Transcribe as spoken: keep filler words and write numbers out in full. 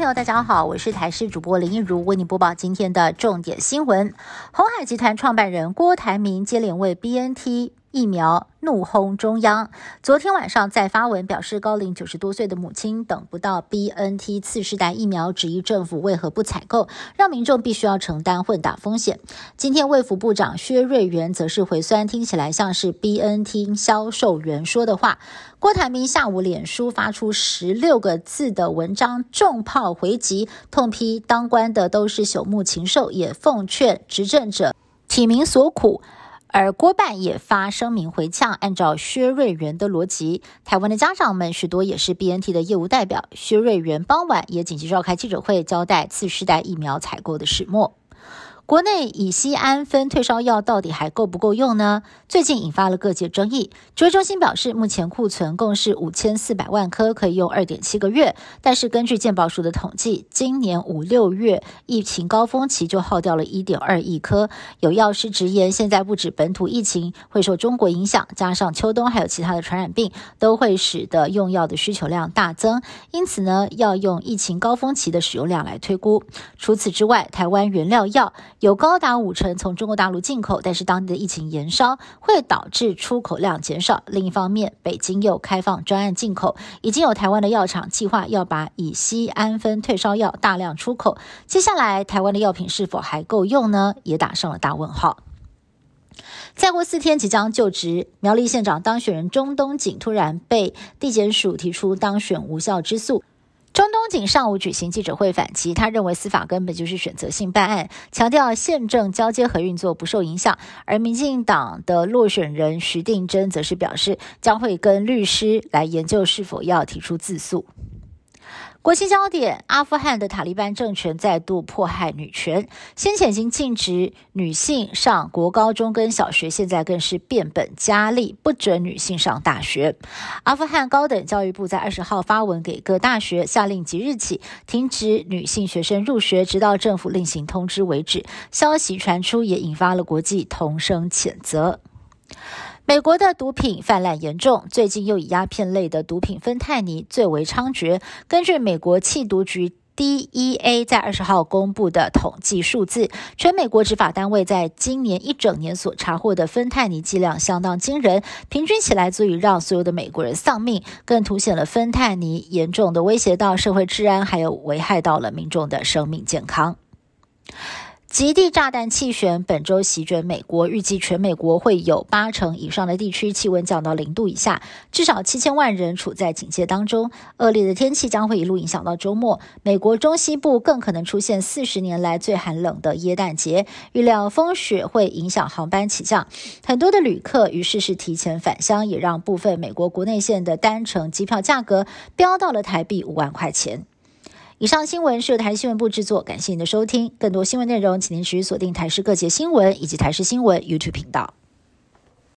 朋友大家好，我是台视主播林一如，为你播报今天的重点新闻。鸿海集团创办人郭台铭接连为 B N T 疫苗怒轰中央，昨天晚上再发文表示，高龄九十多岁的母亲等不到 B N T 次世代疫苗，质疑政府为何不采购，让民众必须要承担混打风险。今天卫福部长薛瑞元则是回酸，听起来像是 B N T 销售员说的话。郭台铭下午脸书发出十六个字的文章，重炮回击，痛批当官的都是朽木禽兽，也奉劝执政者体民所苦。而郭办也发声明回呛，按照薛瑞元的逻辑，台湾的家长们许多也是 B N T 的业务代表。薛瑞元傍晚也紧急召开记者会，交代次世代疫苗采购的始末。国内乙酰氨酚退烧药到底还够不够用呢？最近引发了各界争议。指挥中心表示，目前库存共是五千四百万颗，可以用 二点七个月。但是根据健保署的统计，今年五六月疫情高峰期就耗掉了 一点二亿颗。有药师直言，现在不止本土疫情会受中国影响，加上秋冬还有其他的传染病，都会使得用药的需求量大增。因此呢，要用疫情高峰期的使用量来推估。除此之外，台湾原料药有高达五成从中国大陆进口，但是当地的疫情延烧会导致出口量减少。另一方面，北京又开放专案进口，已经有台湾的药厂计划要把乙酰氨酚退烧药大量出口。接下来台湾的药品是否还够用呢？也打上了大问号。再过四天即将就职，苗栗县长当选人钟东锦突然被地检署提出当选无效之诉。钟东锦上午举行记者会反击，他认为司法根本就是选择性办案，强调宪政交接和运作不受影响。而民进党的落选人徐定珍则是表示，将会跟律师来研究是否要提出自诉。国际焦点，阿富汗的塔利班政权再度迫害女权，先前已经禁止女性上国高中跟小学，现在更是变本加厉，不准女性上大学。阿富汗高等教育部在二十号发文给各大学，下令即日起停止女性学生入学，直到政府另行通知为止。消息传出也引发了国际同声谴责。美国的毒品泛滥严重，最近又以鸦片类的毒品芬太尼最为猖獗。根据美国缉毒局 D E A 在二十号公布的统计数字，全美国执法单位在今年一整年所查获的芬太尼剂量相当惊人，平均起来足以让所有的美国人丧命，更凸显了芬太尼严重的威胁到社会治安，还有危害到了民众的生命健康。极地炸弹气旋本周席卷美国，预计全美国会有八成以上的地区气温降到零度以下，至少七千万人处在警戒当中。恶劣的天气将会一路影响到周末，美国中西部更可能出现四十年来最寒冷的耶诞节，预料风雪会影响航班起降，很多的旅客于是是提前返乡，也让部分美国国内线的单程机票价格飙到了台币五万块钱。以上新闻是由台视新闻部制作，感谢您的收听。更多新闻内容，请您持续锁定台视各节新闻以及台视新闻 YouTube 频道。